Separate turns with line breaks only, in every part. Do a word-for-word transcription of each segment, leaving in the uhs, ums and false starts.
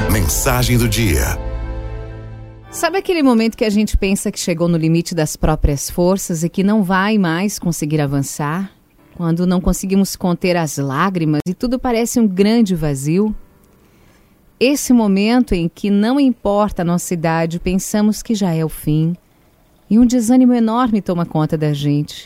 Mensagem do dia.
Sabe aquele momento que a gente pensa que chegou no limite das próprias forças e que não vai mais conseguir avançar? Quando não conseguimos conter as lágrimas e tudo parece um grande vazio? Esse momento em que não importa a nossa idade, pensamos que já é o fim e um desânimo enorme toma conta da gente.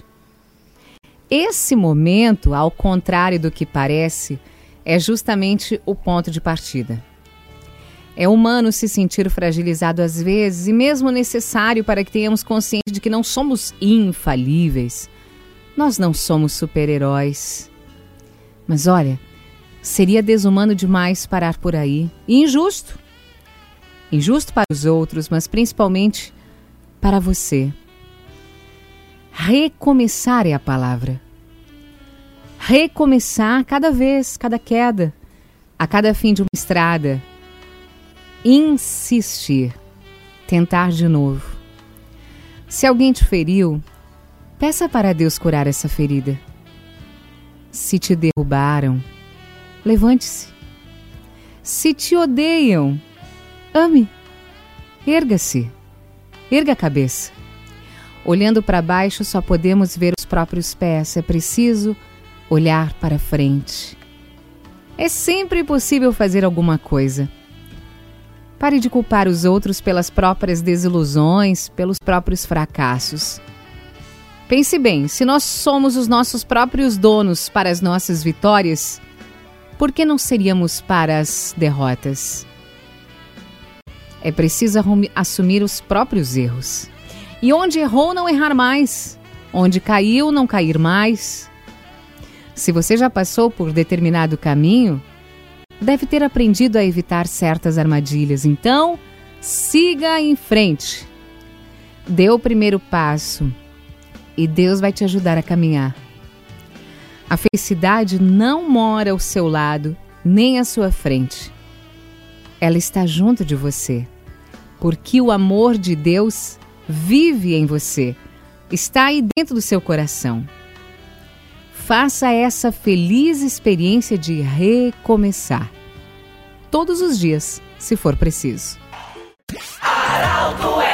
Esse momento, ao contrário do que parece, é justamente o ponto de partida. É humano se sentir fragilizado às vezes e mesmo necessário para que tenhamos consciência de que não somos infalíveis. Nós não somos super-heróis. Mas olha, seria desumano demais parar por aí. E injusto. Injusto para os outros, mas principalmente para você. Recomeçar é a palavra. Recomeçar cada vez, cada queda, a cada fim de uma estrada. Insistir, tentar de novo. Se alguém te feriu, peça para Deus curar essa ferida. Se te derrubaram, levante-se. Se te odeiam, ame. Erga-se, erga a cabeça. Olhando para baixo só podemos ver os próprios pés, é preciso olhar para frente. É sempre possível fazer alguma coisa. Pare de culpar os outros pelas próprias desilusões, pelos próprios fracassos. Pense bem, se nós somos os nossos próprios donos para as nossas vitórias, por que não seríamos para as derrotas? É preciso assumir os próprios erros. E onde errou, não errar mais. Onde caiu, não cair mais. Se você já passou por determinado caminho, deve ter aprendido a evitar certas armadilhas. Então, siga em frente. Dê o primeiro passo e Deus vai te ajudar a caminhar. A felicidade não mora ao seu lado, nem à sua frente. Ela está junto de você, porque o amor de Deus vive em você, está aí dentro do seu coração. Faça essa feliz experiência de recomeçar. Todos os dias, se for preciso.
Arauto